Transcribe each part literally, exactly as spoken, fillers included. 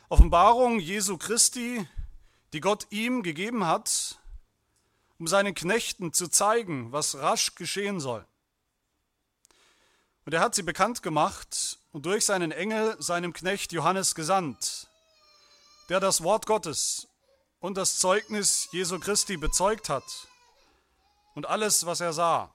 Offenbarung Jesu Christi, die Gott ihm gegeben hat, um seinen Knechten zu zeigen, was rasch geschehen soll. Und er hat sie bekannt gemacht und durch seinen Engel seinem Knecht Johannes gesandt, der das Wort Gottes und das Zeugnis Jesu Christi bezeugt hat und alles, was er sah.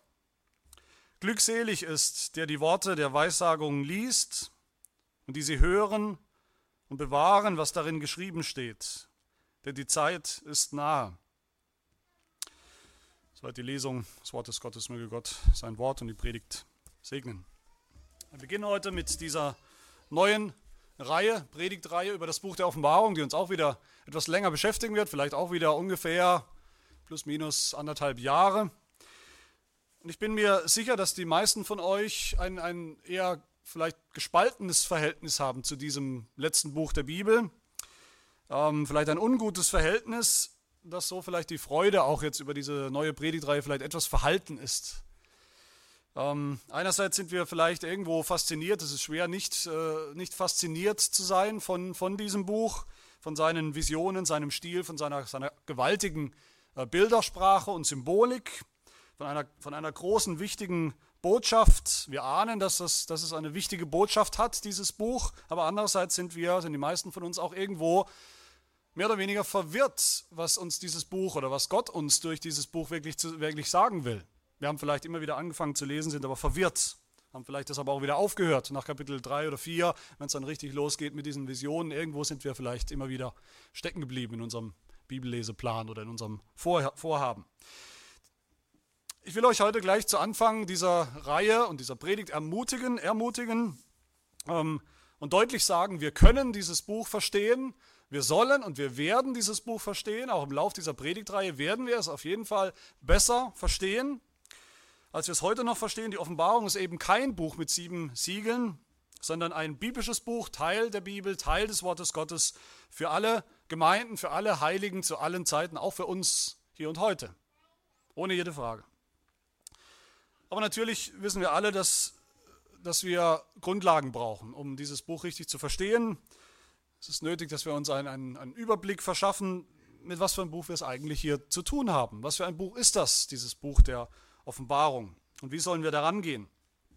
Glückselig ist, der die Worte der Weissagung liest und die sie hören und bewahren, was darin geschrieben steht, denn die Zeit ist nahe. Soweit die Lesung des Wortes Gottes, möge Gott sein Wort und die Predigt segnen. Wir beginnen heute mit dieser neuen Reihe, Predigtreihe über das Buch der Offenbarung, die uns auch wieder etwas länger beschäftigen wird, vielleicht auch wieder ungefähr plus minus anderthalb Jahre. Und ich bin mir sicher, dass die meisten von euch ein, ein eher vielleicht gespaltenes Verhältnis haben zu diesem letzten Buch der Bibel. Ähm, vielleicht ein ungutes Verhältnis, dass so vielleicht die Freude auch jetzt über diese neue Predigtreihe vielleicht etwas verhalten ist. Ähm, einerseits sind wir vielleicht irgendwo fasziniert, es ist schwer, nicht, äh, nicht fasziniert zu sein von, von diesem Buch, von seinen Visionen, seinem Stil, von seiner, seiner gewaltigen äh, Bildersprache und Symbolik, von einer, von einer großen, wichtigen Botschaft. Wir ahnen, dass, das, dass es eine wichtige Botschaft hat, dieses Buch, aber andererseits sind wir, sind die meisten von uns auch irgendwo mehr oder weniger verwirrt, was uns dieses Buch oder was Gott uns durch dieses Buch wirklich, zu, wirklich sagen will. Wir haben vielleicht immer wieder angefangen zu lesen, sind aber verwirrt, haben vielleicht das aber auch wieder aufgehört nach Kapitel drei oder vier, wenn es dann richtig losgeht mit diesen Visionen. Irgendwo sind wir vielleicht immer wieder stecken geblieben in unserem Bibelleseplan oder in unserem Vorhaben. Ich will euch heute gleich zu Anfang dieser Reihe und dieser Predigt ermutigen, ermutigen ähm, und deutlich sagen, wir können dieses Buch verstehen, wir sollen und wir werden dieses Buch verstehen, auch im Lauf dieser Predigtreihe werden wir es auf jeden Fall besser verstehen, als wir es heute noch verstehen. Die Offenbarung ist eben kein Buch mit sieben Siegeln, sondern ein biblisches Buch, Teil der Bibel, Teil des Wortes Gottes für alle Gemeinden, für alle Heiligen zu allen Zeiten, auch für uns hier und heute, ohne jede Frage. Aber natürlich wissen wir alle, dass, dass wir Grundlagen brauchen, um dieses Buch richtig zu verstehen. Es ist nötig, dass wir uns einen, einen, einen Überblick verschaffen, mit was für ein Buch wir es eigentlich hier zu tun haben. Was für ein Buch ist das, dieses Buch der Offenbarung? Und wie sollen wir daran gehen?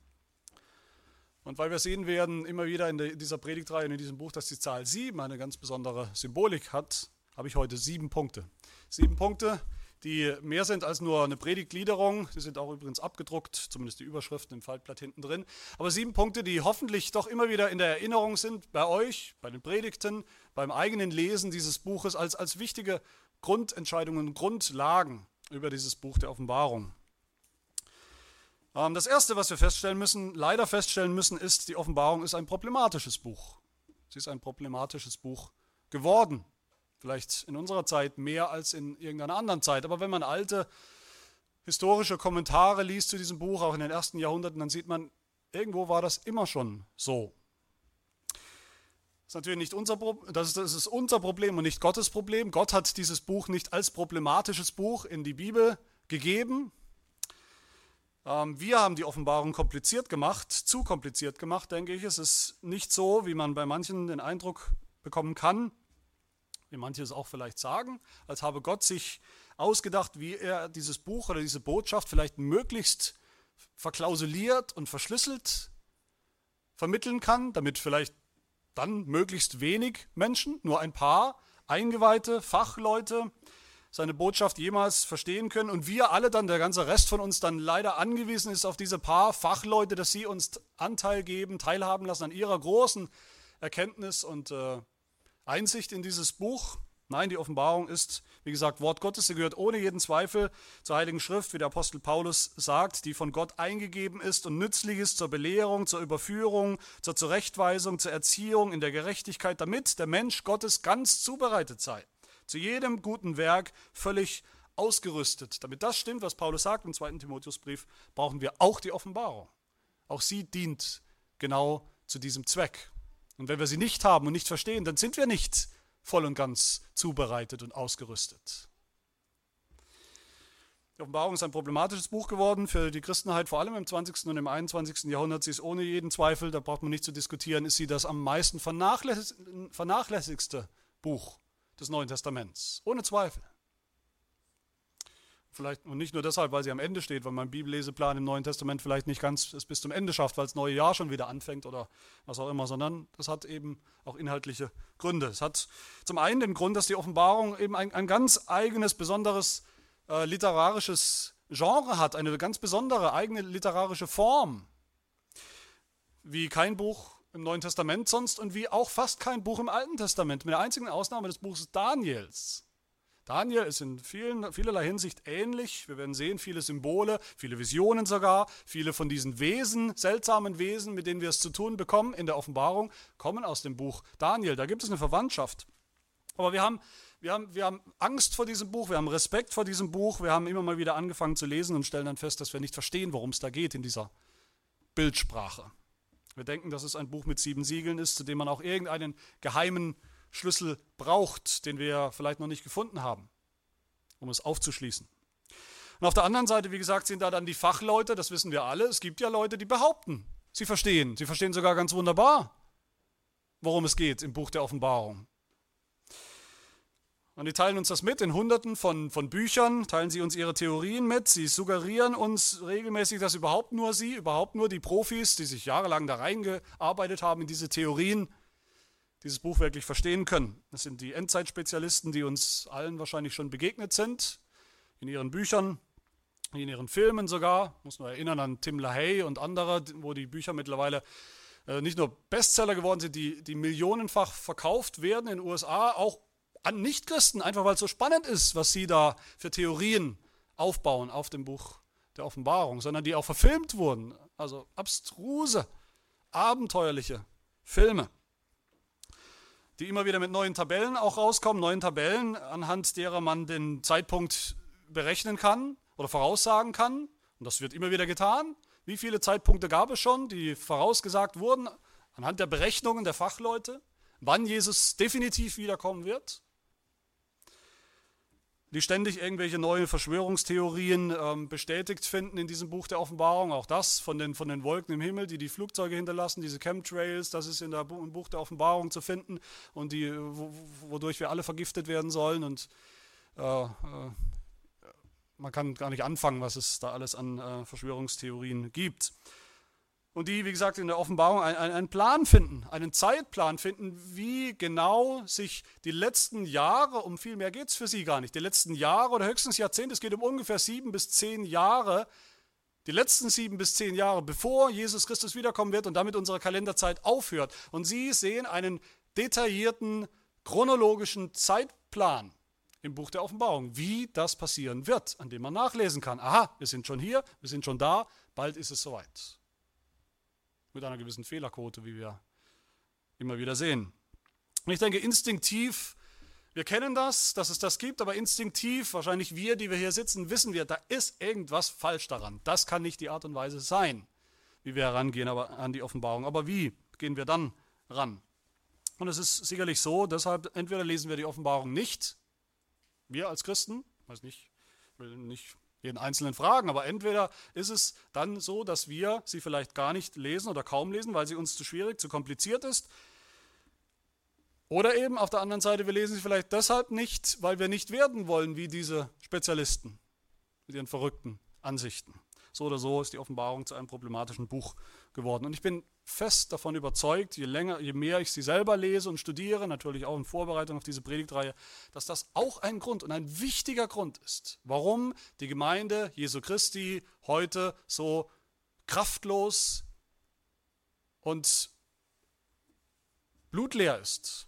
Und weil wir sehen werden, immer wieder in, der, in dieser Predigtreihe und in diesem Buch, dass die Zahl sieben eine ganz besondere Symbolik hat, habe ich heute sieben Punkte. Sieben Punkte, die mehr sind als nur eine Predigtgliederung. Sie sind auch übrigens abgedruckt, zumindest die Überschriften im Faltblatt hinten drin. Aber sieben Punkte, die hoffentlich doch immer wieder in der Erinnerung sind bei euch, bei den Predigten, beim eigenen Lesen dieses Buches als, als wichtige Grundentscheidungen und Grundlagen über dieses Buch der Offenbarung. Ähm, das Erste, was wir feststellen müssen, leider feststellen müssen, ist, die Offenbarung ist ein problematisches Buch. Sie ist ein problematisches Buch geworden. Vielleicht in unserer Zeit mehr als in irgendeiner anderen Zeit. Aber wenn man alte historische Kommentare liest zu diesem Buch, auch in den ersten Jahrhunderten, dann sieht man, irgendwo war das immer schon so. Das ist natürlich nicht unser Problem, das ist, das ist unser Problem und nicht Gottes Problem. Gott hat dieses Buch nicht als problematisches Buch in die Bibel gegeben. Ähm, wir haben die Offenbarung kompliziert gemacht, zu kompliziert gemacht, denke ich. Es ist nicht so, wie man bei manchen den Eindruck bekommen kann, wie manche es auch vielleicht sagen, als habe Gott sich ausgedacht, wie er dieses Buch oder diese Botschaft vielleicht möglichst verklausuliert und verschlüsselt vermitteln kann, damit vielleicht dann möglichst wenig Menschen, nur ein paar eingeweihte Fachleute, seine Botschaft jemals verstehen können und wir alle dann, der ganze Rest von uns dann leider angewiesen ist auf diese paar Fachleute, dass sie uns Anteil geben, teilhaben lassen an ihrer großen Erkenntnis und äh, Einsicht in dieses Buch. Nein, die Offenbarung ist, wie gesagt, Wort Gottes. Sie gehört ohne jeden Zweifel zur Heiligen Schrift, wie der Apostel Paulus sagt, die von Gott eingegeben ist und nützlich ist zur Belehrung, zur Überführung, zur Zurechtweisung, zur Erziehung in der Gerechtigkeit, damit der Mensch Gottes ganz zubereitet sei. Zu jedem guten Werk völlig ausgerüstet. Damit das stimmt, was Paulus sagt im zweiten Timotheusbrief, brauchen wir auch die Offenbarung. Auch sie dient genau zu diesem Zweck. Und wenn wir sie nicht haben und nicht verstehen, dann sind wir nicht voll und ganz zubereitet und ausgerüstet. Die Offenbarung ist ein problematisches Buch geworden für die Christenheit, vor allem im zwanzigsten und im einundzwanzigsten Jahrhundert. Sie ist ohne jeden Zweifel, da braucht man nicht zu diskutieren, ist sie das am meisten vernachlässigste, vernachlässigste Buch des Neuen Testaments. Ohne Zweifel. Vielleicht, und nicht nur deshalb, weil sie am Ende steht, weil mein Bibelleseplan im Neuen Testament vielleicht nicht ganz es bis zum Ende schafft, weil das neue Jahr schon wieder anfängt oder was auch immer, sondern das hat eben auch inhaltliche Gründe. Es hat zum einen den Grund, dass die Offenbarung eben ein, ein ganz eigenes, besonderes äh, literarisches Genre hat, eine ganz besondere eigene literarische Form, wie kein Buch im Neuen Testament sonst und wie auch fast kein Buch im Alten Testament, mit der einzigen Ausnahme des Buches Daniels. Daniel ist in vielen, vielerlei Hinsicht ähnlich. Wir werden sehen, viele Symbole, viele Visionen sogar, viele von diesen Wesen, seltsamen Wesen, mit denen wir es zu tun bekommen in der Offenbarung, kommen aus dem Buch Daniel. Da gibt es eine Verwandtschaft. Aber wir haben, wir haben, wir haben Angst vor diesem Buch, wir haben Respekt vor diesem Buch, wir haben immer mal wieder angefangen zu lesen und stellen dann fest, dass wir nicht verstehen, worum es da geht in dieser Bildsprache. Wir denken, dass es ein Buch mit sieben Siegeln ist, zu dem man auch irgendeinen geheimen Schlüssel braucht, den wir vielleicht noch nicht gefunden haben, um es aufzuschließen. Und auf der anderen Seite, wie gesagt, sind da dann die Fachleute, das wissen wir alle. Es gibt ja Leute, die behaupten, sie verstehen. Sie verstehen sogar ganz wunderbar, worum es geht im Buch der Offenbarung. Und die teilen uns das mit in Hunderten von, von Büchern, teilen sie uns ihre Theorien mit. Sie suggerieren uns regelmäßig, dass überhaupt nur sie, überhaupt nur die Profis, die sich jahrelang da reingearbeitet haben in diese Theorien, dieses Buch wirklich verstehen können. Das sind die Endzeitspezialisten, die uns allen wahrscheinlich schon begegnet sind, in ihren Büchern, in ihren Filmen sogar. Ich muss nur erinnern an Tim LaHaye und andere, wo die Bücher mittlerweile äh, nicht nur Bestseller geworden sind, die, die millionenfach verkauft werden in den U S A, auch an Nichtchristen, einfach weil es so spannend ist, was sie da für Theorien aufbauen auf dem Buch der Offenbarung, sondern die auch verfilmt wurden. Also abstruse, abenteuerliche Filme, die immer wieder mit neuen Tabellen auch rauskommen, neuen Tabellen, anhand derer man den Zeitpunkt berechnen kann oder voraussagen kann. Und das wird immer wieder getan. Wie viele Zeitpunkte gab es schon, die vorausgesagt wurden, anhand der Berechnungen der Fachleute, wann Jesus definitiv wiederkommen wird? Die ständig irgendwelche neue Verschwörungstheorien ähm, bestätigt finden in diesem Buch der Offenbarung. Auch das von den, von den Wolken im Himmel, die die Flugzeuge hinterlassen, diese Chemtrails, das ist in der, im Buch der Offenbarung zu finden und die, wo, wodurch wir alle vergiftet werden sollen. Und äh, äh, man kann gar nicht anfangen, was es da alles an äh, Verschwörungstheorien gibt. Und die, wie gesagt, in der Offenbarung einen, einen Plan finden, einen Zeitplan finden, wie genau sich die letzten Jahre, um viel mehr geht es für sie gar nicht, die letzten Jahre oder höchstens Jahrzehnte, es geht um ungefähr sieben bis zehn Jahre, die letzten sieben bis zehn Jahre, bevor Jesus Christus wiederkommen wird und damit unsere Kalenderzeit aufhört. Und sie sehen einen detaillierten, chronologischen Zeitplan im Buch der Offenbarung, wie das passieren wird, an dem man nachlesen kann. Aha, wir sind schon hier, wir sind schon da, bald ist es soweit. Mit einer gewissen Fehlerquote, wie wir immer wieder sehen. Und ich denke, instinktiv, wir kennen das, dass es das gibt, aber instinktiv, wahrscheinlich wir, die wir hier sitzen, wissen wir, da ist irgendwas falsch daran. Das kann nicht die Art und Weise sein, wie wir herangehen aber an die Offenbarung. Aber wie gehen wir dann ran? Und es ist sicherlich so, deshalb entweder lesen wir die Offenbarung nicht, wir als Christen, weiß nicht, will nicht jeden Einzelnen fragen, aber entweder ist es dann so, dass wir sie vielleicht gar nicht lesen oder kaum lesen, weil sie uns zu schwierig, zu kompliziert ist. Oder eben auf der anderen Seite, wir lesen sie vielleicht deshalb nicht, weil wir nicht werden wollen wie diese Spezialisten mit ihren verrückten Ansichten. So oder so ist die Offenbarung zu einem problematischen Buch geworden. Und ich bin fest davon überzeugt, je länger, je mehr ich sie selber lese und studiere, natürlich auch in Vorbereitung auf diese Predigtreihe, dass das auch ein Grund und ein wichtiger Grund ist, warum die Gemeinde Jesu Christi heute so kraftlos und blutleer ist.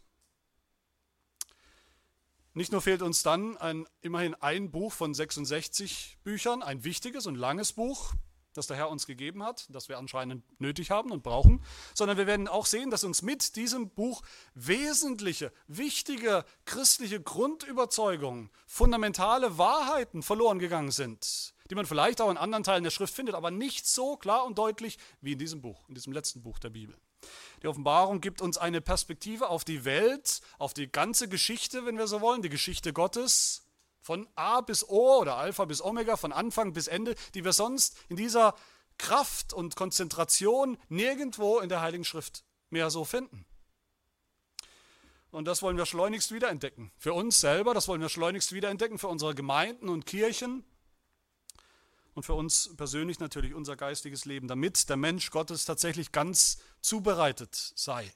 Nicht nur fehlt uns dann ein, immerhin ein Buch von sechsundsechzig Büchern, ein wichtiges und langes Buch, das der Herr uns gegeben hat, das wir anscheinend nötig haben und brauchen, sondern wir werden auch sehen, dass uns mit diesem Buch wesentliche, wichtige christliche Grundüberzeugungen, fundamentale Wahrheiten verloren gegangen sind, die man vielleicht auch in anderen Teilen der Schrift findet, aber nicht so klar und deutlich wie in diesem Buch, in diesem letzten Buch der Bibel. Die Offenbarung gibt uns eine Perspektive auf die Welt, auf die ganze Geschichte, wenn wir so wollen, die Geschichte Gottes, Von A bis O oder Alpha bis Omega, von Anfang bis Ende, die wir sonst in dieser Kraft und Konzentration nirgendwo in der Heiligen Schrift mehr so finden. Und das wollen wir schleunigst wiederentdecken. Für uns selber, das wollen wir schleunigst wiederentdecken, für unsere Gemeinden und Kirchen und für uns persönlich natürlich unser geistiges Leben, damit der Mensch Gottes tatsächlich ganz zubereitet sei,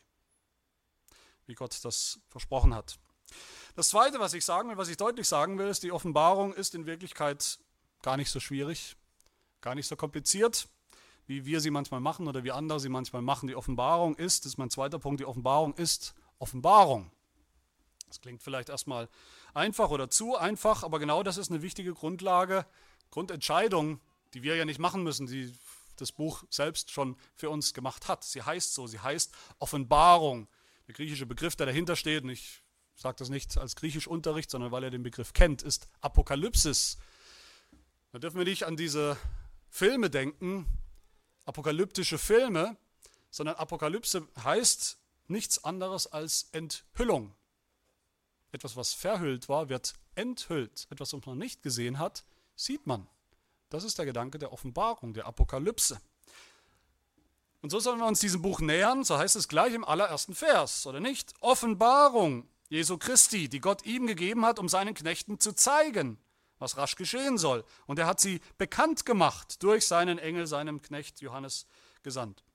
wie Gott das versprochen hat. Das Zweite, was ich sagen will, was ich deutlich sagen will, ist, die Offenbarung ist in Wirklichkeit gar nicht so schwierig, gar nicht so kompliziert, wie wir sie manchmal machen oder wie andere sie manchmal machen. Die Offenbarung ist, das ist mein zweiter Punkt, die Offenbarung ist Offenbarung. Das klingt vielleicht erstmal einfach oder zu einfach, aber genau das ist eine wichtige Grundlage, Grundentscheidung, die wir ja nicht machen müssen, die das Buch selbst schon für uns gemacht hat. Sie heißt so, sie heißt Offenbarung. Der griechische Begriff, der dahinter steht, und ich sage das nicht als Griechischunterricht, sondern weil er den Begriff kennt, ist Apokalypsis. Da dürfen wir nicht an diese Filme denken, apokalyptische Filme, sondern Apokalypse heißt nichts anderes als Enthüllung. Etwas, was verhüllt war, wird enthüllt. Etwas, was man nicht gesehen hat, sieht man. Das ist der Gedanke der Offenbarung, der Apokalypse. Und so sollen wir uns diesem Buch nähern, so heißt es gleich im allerersten Vers, oder nicht? Offenbarung Jesu Christi, die Gott ihm gegeben hat, um seinen Knechten zu zeigen, was rasch geschehen soll. Und er hat sie bekannt gemacht, durch seinen Engel, seinem Knecht Johannes gesandt.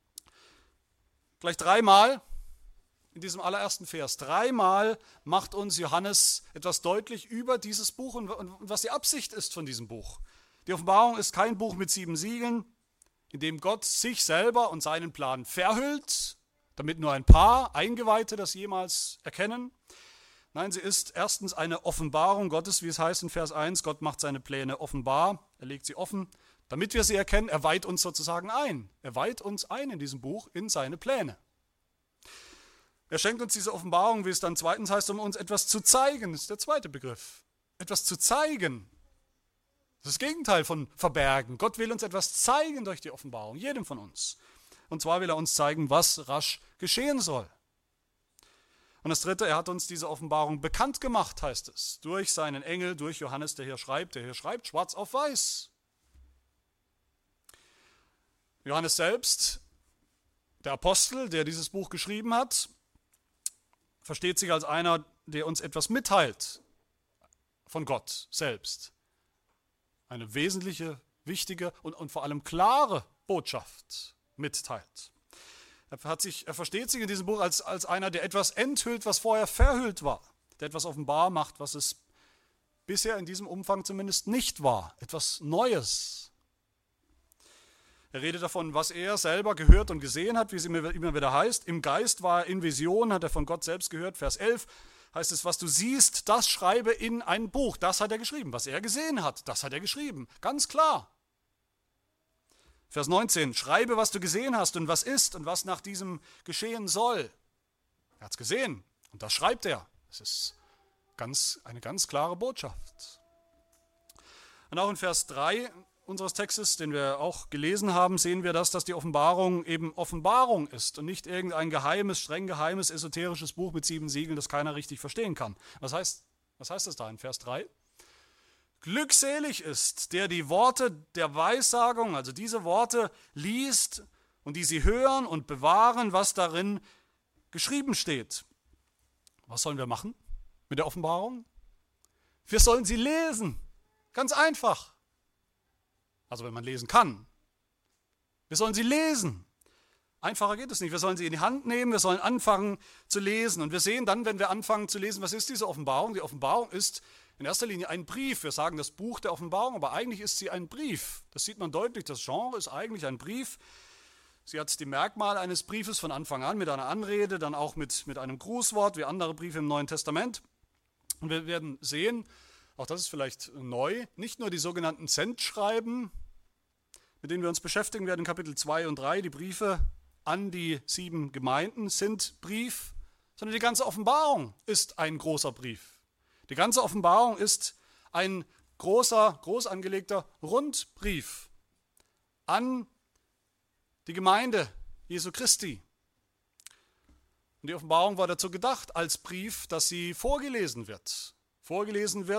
Gleich dreimal in diesem allerersten Vers, dreimal macht uns Johannes etwas deutlich über dieses Buch und, und, und was die Absicht ist von diesem Buch. Die Offenbarung ist kein Buch mit sieben Siegeln, in dem Gott sich selber und seinen Plan verhüllt, damit nur ein paar Eingeweihte das jemals erkennen. Nein, sie ist erstens eine Offenbarung Gottes, wie es heißt in Vers eins, Gott macht seine Pläne offenbar, er legt sie offen, damit wir sie erkennen, er weiht uns sozusagen ein. Er weiht uns ein in diesem Buch in seine Pläne. Er schenkt uns diese Offenbarung, wie es dann zweitens heißt, um uns etwas zu zeigen, das ist der zweite Begriff. Etwas zu zeigen. Das ist das Gegenteil von verbergen. Gott will uns etwas zeigen durch die Offenbarung, jedem von uns. Und zwar will er uns zeigen, was rasch geschehen soll. Und das Dritte, er hat uns diese Offenbarung bekannt gemacht, heißt es, durch seinen Engel, durch Johannes, der hier schreibt, der hier schreibt, schwarz auf weiß. Johannes selbst, der Apostel, der dieses Buch geschrieben hat, versteht sich als einer, der uns etwas mitteilt von Gott selbst. Eine wesentliche, wichtige und, und vor allem klare Botschaft mitteilt. Er, hat sich, er versteht sich in diesem Buch als, als einer, der etwas enthüllt, was vorher verhüllt war, der etwas offenbar macht, was es bisher in diesem Umfang zumindest nicht war, etwas Neues. Er redet davon, was er selber gehört und gesehen hat, wie es immer wieder heißt. Im Geist war er in Vision, hat er von Gott selbst gehört. Vers elf heißt es, was du siehst, das schreibe in ein Buch. Das hat er geschrieben. Was er gesehen hat, das hat er geschrieben. Ganz klar. Vers neunzehn, schreibe, was du gesehen hast und was ist und was nach diesem geschehen soll. Er hat es gesehen und das schreibt er. Das ist ganz, eine ganz klare Botschaft. Und auch in Vers drei unseres Textes, den wir auch gelesen haben, sehen wir das, dass die Offenbarung eben Offenbarung ist und nicht irgendein geheimes, streng geheimes, esoterisches Buch mit sieben Siegeln, das keiner richtig verstehen kann. Was heißt, was heißt das da in Vers drei? Glückselig ist, der die Worte der Weissagung, also diese Worte liest und die sie hören und bewahren, was darin geschrieben steht. Was sollen wir machen mit der Offenbarung? Wir sollen sie lesen. Ganz einfach. Also wenn man lesen kann. Wir sollen sie lesen. Einfacher geht es nicht. Wir sollen sie in die Hand nehmen, wir sollen anfangen zu lesen. Und wir sehen dann, wenn wir anfangen zu lesen, was ist diese Offenbarung? Die Offenbarung ist in erster Linie ein Brief. Wir sagen das Buch der Offenbarung, aber eigentlich ist sie ein Brief. Das sieht man deutlich. Das Genre ist eigentlich ein Brief. Sie hat die Merkmale eines Briefes von Anfang an mit einer Anrede, dann auch mit, mit einem Grußwort, wie andere Briefe im Neuen Testament. Und wir werden sehen, auch das ist vielleicht neu, nicht nur die sogenannten Sendschreiben, mit denen wir uns beschäftigen werden in Kapitel zwei und drei, die Briefe an die sieben Gemeinden sind Brief, sondern die ganze Offenbarung ist ein großer Brief. Die ganze Offenbarung ist ein großer, groß angelegter Rundbrief an die Gemeinde Jesu Christi. Und die Offenbarung war dazu gedacht als Brief, dass sie vorgelesen wird. Vorgelesen wird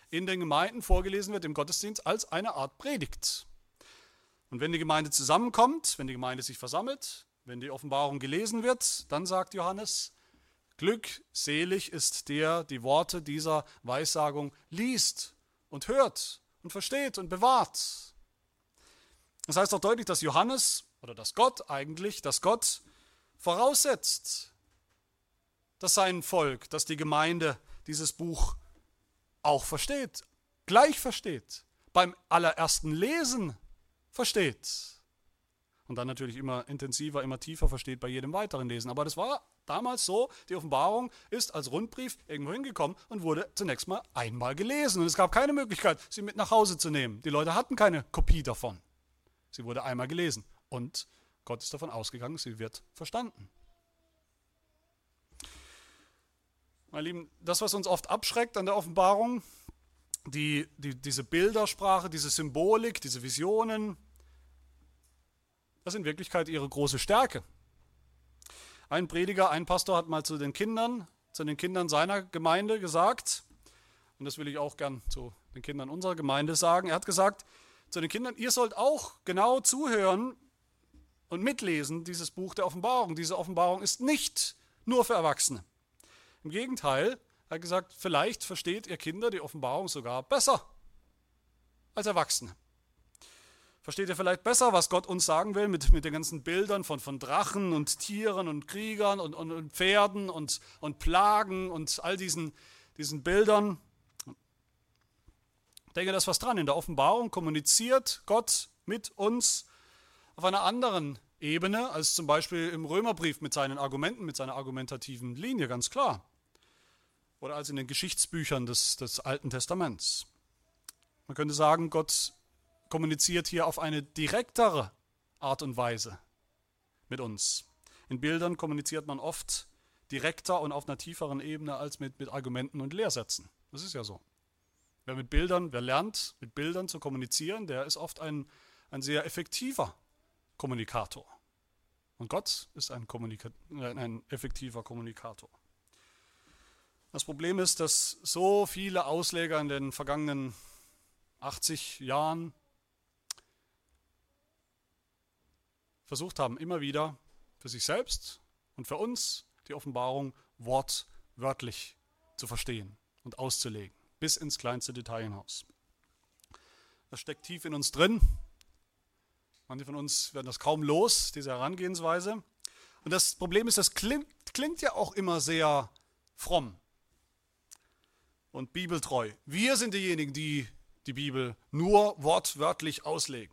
in den Gemeinden vorgelesen wird im Gottesdienst als eine Art Predigt. Und wenn die Gemeinde zusammenkommt, wenn die Gemeinde sich versammelt, wenn die Offenbarung gelesen wird, dann sagt Johannes, glückselig ist der, die Worte dieser Weissagung liest und hört und versteht und bewahrt. Das heißt auch deutlich, dass Johannes oder dass Gott eigentlich, dass Gott voraussetzt, dass sein Volk, dass die Gemeinde dieses Buch auch versteht, gleich versteht, beim allerersten Lesen versteht und dann natürlich immer intensiver, immer tiefer versteht bei jedem weiteren Lesen. Aber das war damals so, die Offenbarung ist als Rundbrief irgendwo hingekommen und wurde zunächst mal einmal gelesen. Und es gab keine Möglichkeit, sie mit nach Hause zu nehmen. Die Leute hatten keine Kopie davon. Sie wurde einmal gelesen und Gott ist davon ausgegangen, sie wird verstanden. Meine Lieben, das, was uns oft abschreckt an der Offenbarung, die, die, diese Bildersprache, diese Symbolik, diese Visionen, das ist in Wirklichkeit ihre große Stärke. Ein Prediger, ein Pastor hat mal zu den Kindern, zu den Kindern seiner Gemeinde gesagt, und das will ich auch gern zu den Kindern unserer Gemeinde sagen, er hat gesagt zu den Kindern, ihr sollt auch genau zuhören und mitlesen, dieses Buch der Offenbarung. Diese Offenbarung ist nicht nur für Erwachsene. Im Gegenteil, er hat gesagt, vielleicht versteht ihr Kinder die Offenbarung sogar besser als Erwachsene. Versteht ihr vielleicht besser, was Gott uns sagen will mit, mit den ganzen Bildern von, von Drachen und Tieren und Kriegern und, und, und Pferden und, und Plagen und all diesen, diesen Bildern. Ich denke, da ist was dran. In der Offenbarung kommuniziert Gott mit uns auf einer anderen Ebene als zum Beispiel im Römerbrief mit seinen Argumenten, mit seiner argumentativen Linie, ganz klar. Oder als in den Geschichtsbüchern des, des Alten Testaments. Man könnte sagen, Gott kommuniziert hier auf eine direktere Art und Weise mit uns. In Bildern kommuniziert man oft direkter und auf einer tieferen Ebene als mit, mit Argumenten und Lehrsätzen. Das ist ja so. Wer mit Bildern, wer lernt, mit Bildern zu kommunizieren, der ist oft ein, ein sehr effektiver Kommunikator. Und Gott ist ein, Kommunika- ein effektiver Kommunikator. Das Problem ist, dass so viele Ausleger in den vergangenen achtzig Jahren versucht haben, immer wieder für sich selbst und für uns die Offenbarung wortwörtlich zu verstehen und auszulegen, bis ins kleinste Detail hinaus. Das steckt tief in uns drin. Manche von uns werden das kaum los, diese Herangehensweise. Und das Problem ist, das klingt, klingt ja auch immer sehr fromm und bibeltreu. Wir sind diejenigen, die die Bibel nur wortwörtlich auslegen.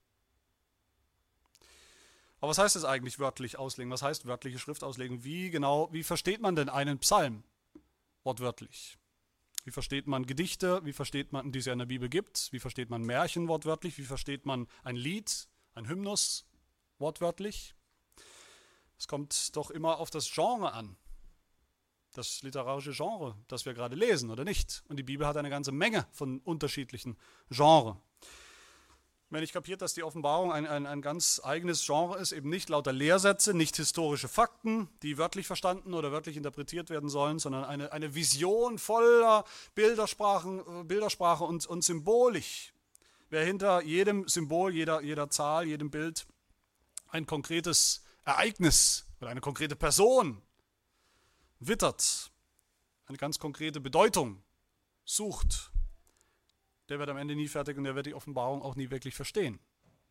Aber was heißt es eigentlich, wörtlich auslegen? Was heißt wörtliche Schrift auslegen? Wie genau, wie versteht man denn einen Psalm wortwörtlich? Wie versteht man Gedichte? Wie versteht man, die es ja in der Bibel gibt? Wie versteht man Märchen wortwörtlich? Wie versteht man ein Lied, ein Hymnus wortwörtlich? Es kommt doch immer auf das Genre an. Das literarische Genre, das wir gerade lesen, oder nicht? Und die Bibel hat eine ganze Menge von unterschiedlichen Genres. Wenn ich kapiert, dass die Offenbarung ein, ein, ein ganz eigenes Genre ist, eben nicht lauter Lehrsätze, nicht historische Fakten, die wörtlich verstanden oder wörtlich interpretiert werden sollen, sondern eine, eine Vision voller Bildersprachen, Bildersprache und, und Symbolik. Wer hinter jedem Symbol, jeder, jeder Zahl, jedem Bild ein konkretes Ereignis oder eine konkrete Person wittert, eine ganz konkrete Bedeutung sucht, der wird am Ende nie fertig und der wird die Offenbarung auch nie wirklich verstehen.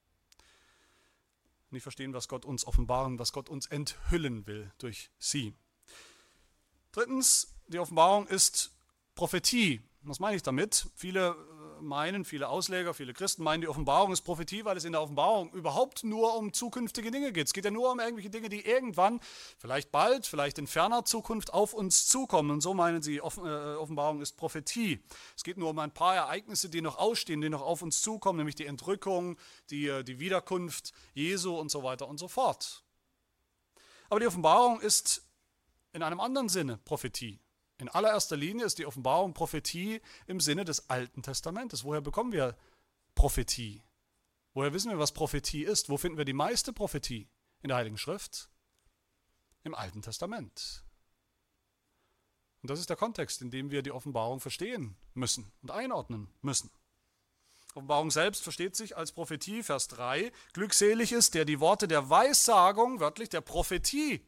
Nie verstehen, was Gott uns offenbaren, was Gott uns enthüllen will durch sie. Drittens, die Offenbarung ist Prophetie. Was meine ich damit? Viele meinen, viele Ausleger, viele Christen meinen, die Offenbarung ist Prophetie, weil es in der Offenbarung überhaupt nur um zukünftige Dinge geht. Es geht ja nur um irgendwelche Dinge, die irgendwann, vielleicht bald, vielleicht in ferner Zukunft auf uns zukommen. Und so meinen sie, Offenbarung ist Prophetie. Es geht nur um ein paar Ereignisse, die noch ausstehen, die noch auf uns zukommen, nämlich die Entrückung, die, die Wiederkunft Jesu und so weiter und so fort. Aber die Offenbarung ist in einem anderen Sinne Prophetie. In allererster Linie ist die Offenbarung Prophetie im Sinne des Alten Testamentes. Woher bekommen wir Prophetie? Woher wissen wir, was Prophetie ist? Wo finden wir die meiste Prophetie in der Heiligen Schrift? Im Alten Testament. Und das ist der Kontext, in dem wir die Offenbarung verstehen müssen und einordnen müssen. Offenbarung selbst versteht sich als Prophetie, Vers drei. Glückselig ist, der die Worte der Weissagung, wörtlich der Prophetie,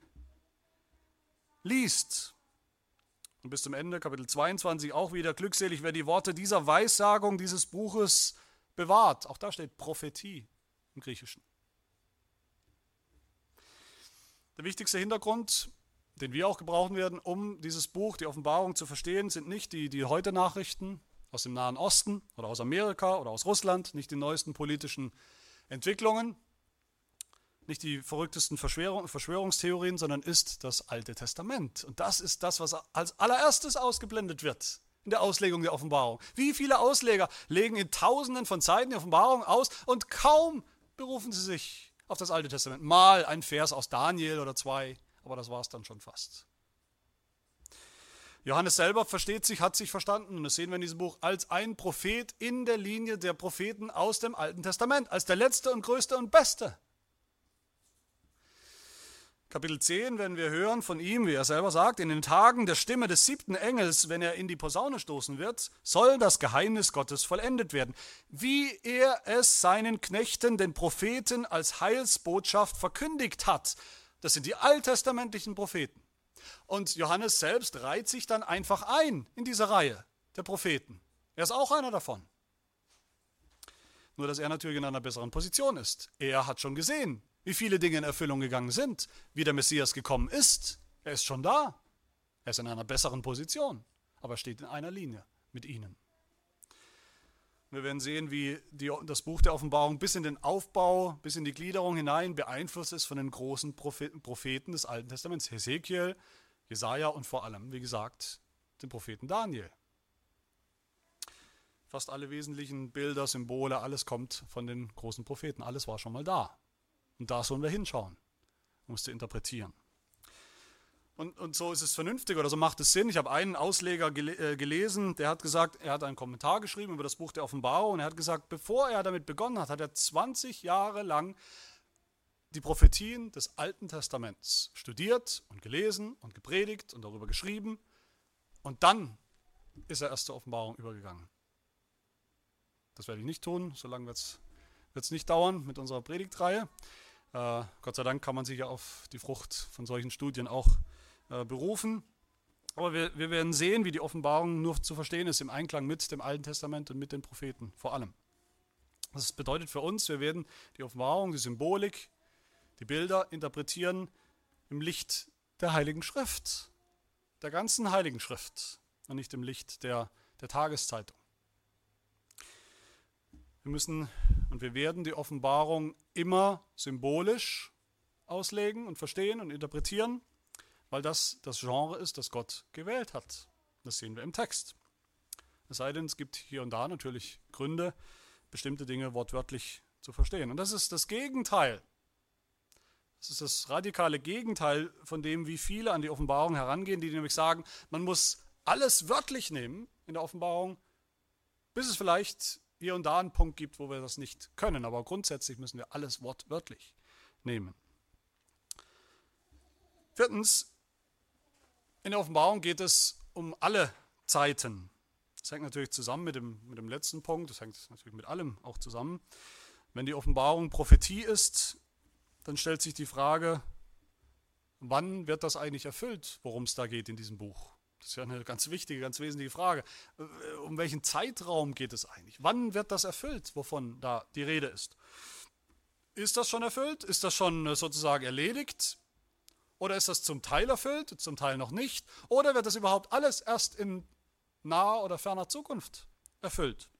liest. Und bis zum Ende, Kapitel zweiundzwanzig, auch wieder glückselig, wer die Worte dieser Weissagung, dieses Buches bewahrt. Auch da steht Prophetie im Griechischen. Der wichtigste Hintergrund, den wir auch gebrauchen werden, um dieses Buch, die Offenbarung zu verstehen, sind nicht die, die Heute-Nachrichten aus dem Nahen Osten oder aus Amerika oder aus Russland, nicht die neuesten politischen Entwicklungen, nicht die verrücktesten Verschwörung, Verschwörungstheorien, sondern ist das Alte Testament. Und das ist das, was als allererstes ausgeblendet wird in der Auslegung der Offenbarung. Wie viele Ausleger legen in Tausenden von Seiten die Offenbarung aus und kaum berufen sie sich auf das Alte Testament. Mal ein Vers aus Daniel oder zwei, aber das war es dann schon fast. Johannes selber versteht sich, hat sich verstanden, und das sehen wir in diesem Buch, als ein Prophet in der Linie der Propheten aus dem Alten Testament, als der letzte und größte und beste. Kapitel zehn werden wir hören von ihm, wie er selber sagt, in den Tagen der Stimme des siebten Engels, wenn er in die Posaune stoßen wird, soll das Geheimnis Gottes vollendet werden, wie er es seinen Knechten, den Propheten, als Heilsbotschaft verkündigt hat. Das sind die alttestamentlichen Propheten. Und Johannes selbst reiht sich dann einfach ein in diese Reihe der Propheten. Er ist auch einer davon. Nur, dass er natürlich in einer besseren Position ist. Er hat schon gesehen, wie viele Dinge in Erfüllung gegangen sind, wie der Messias gekommen ist. Er ist schon da. Er ist in einer besseren Position, aber er steht in einer Linie mit ihnen. Wir werden sehen, wie die, das Buch der Offenbarung bis in den Aufbau, bis in die Gliederung hinein beeinflusst ist von den großen Propheten, Propheten des Alten Testaments. Hesekiel, Jesaja und vor allem, wie gesagt, den Propheten Daniel. Fast alle wesentlichen Bilder, Symbole, alles kommt von den großen Propheten. Alles war schon mal da. Und da sollen wir hinschauen, um es zu interpretieren. Und, und so ist es vernünftig oder so macht es Sinn. Ich habe einen Ausleger gele- äh, gelesen, der hat gesagt, er hat einen Kommentar geschrieben über das Buch der Offenbarung und er hat gesagt, bevor er damit begonnen hat, hat er zwanzig Jahre lang die Prophetien des Alten Testaments studiert und gelesen und gepredigt und darüber geschrieben und dann ist er erst zur Offenbarung übergegangen. Das werde ich nicht tun, so lange wird es nicht dauern mit unserer Predigtreihe. Äh, Gott sei Dank kann man sich ja auf die Frucht von solchen Studien auch äh, berufen. Aber wir, wir werden sehen, wie die Offenbarung nur zu verstehen ist im Einklang mit dem Alten Testament und mit den Propheten vor allem. Das bedeutet für uns, wir werden die Offenbarung, die Symbolik, die Bilder interpretieren im Licht der Heiligen Schrift, der ganzen Heiligen Schrift und nicht im Licht der, der Tageszeitung. Wir müssen und wir werden die Offenbarung immer symbolisch auslegen und verstehen und interpretieren, weil das das Genre ist, das Gott gewählt hat. Das sehen wir im Text. Es sei denn, es gibt hier und da natürlich Gründe, bestimmte Dinge wortwörtlich zu verstehen. Und das ist das Gegenteil. Das ist das radikale Gegenteil von dem, wie viele an die Offenbarung herangehen, die nämlich sagen, man muss alles wörtlich nehmen in der Offenbarung, bis es vielleicht hier und da einen Punkt gibt, wo wir das nicht können. Aber grundsätzlich müssen wir alles wortwörtlich nehmen. Viertens, in der Offenbarung geht es um alle Zeiten. Das hängt natürlich zusammen mit dem, mit dem letzten Punkt, das hängt natürlich mit allem auch zusammen. Wenn die Offenbarung Prophetie ist, dann stellt sich die Frage, wann wird das eigentlich erfüllt, worum es da geht in diesem Buch? Das ist ja eine ganz wichtige, ganz wesentliche Frage. Um welchen Zeitraum geht es eigentlich? Wann wird das erfüllt, wovon da die Rede ist? Ist das schon erfüllt? Ist das schon sozusagen erledigt? Oder ist das zum Teil erfüllt, zum Teil noch nicht? Oder wird das überhaupt alles erst in naher oder ferner Zukunft erfüllt?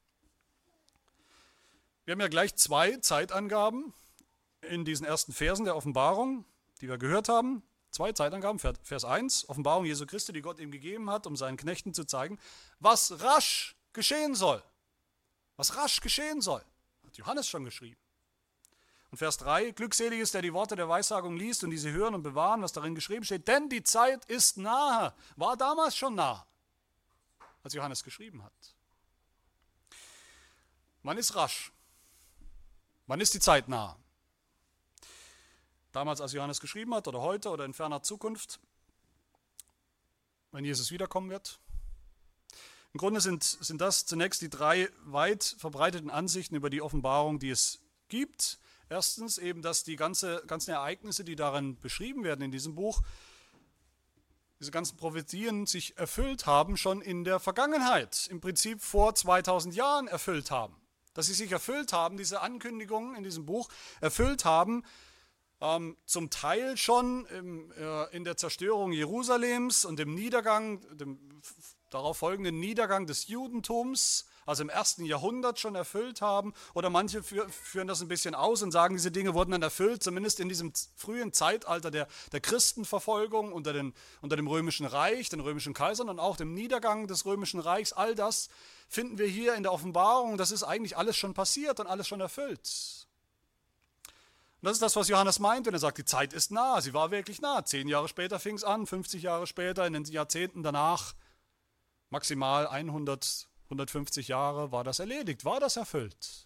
Wir haben ja gleich zwei Zeitangaben in diesen ersten Versen der Offenbarung, die wir gehört haben. Zwei Zeitangaben, Vers eins, Offenbarung Jesu Christi, die Gott ihm gegeben hat, um seinen Knechten zu zeigen, was rasch geschehen soll. Was rasch geschehen soll, hat Johannes schon geschrieben. Und Vers drei, glückselig ist, der die Worte der Weissagung liest und diese hören und bewahren, was darin geschrieben steht, denn die Zeit ist nahe, war damals schon nah, als Johannes geschrieben hat. Wann ist rasch? Wann ist die Zeit nah? Damals, als Johannes geschrieben hat, oder heute, oder in ferner Zukunft. wenn Jesus wiederkommen wird. Im Grunde sind, sind das zunächst die drei weit verbreiteten Ansichten über die Offenbarung, die es gibt. Erstens eben, dass die ganze, ganzen Ereignisse, die darin beschrieben werden in diesem Buch, diese ganzen Prophetien sich erfüllt haben, schon in der Vergangenheit, im Prinzip vor zweitausend Jahren erfüllt haben. Dass sie sich erfüllt haben, diese Ankündigungen in diesem Buch erfüllt haben, ähm, zum Teil schon im, äh, in der Zerstörung Jerusalems und dem Niedergang, dem darauf folgenden Niedergang des Judentums, also im ersten Jahrhundert schon erfüllt haben. Oder manche führen das ein bisschen aus und sagen, diese Dinge wurden dann erfüllt, zumindest in diesem frühen Zeitalter der, der Christenverfolgung unter, den, unter dem Römischen Reich, den römischen Kaisern und auch dem Niedergang des Römischen Reichs. All das finden wir hier in der Offenbarung. Das ist eigentlich alles schon passiert und alles schon erfüllt. Und das ist das, was Johannes meint, wenn er sagt, die Zeit ist nah. Sie war wirklich nah. Zehn Jahre später fing es an, fünfzig Jahre später, in den Jahrzehnten danach, maximal hundert, hundertfünfzig Jahre war das erledigt, war das erfüllt.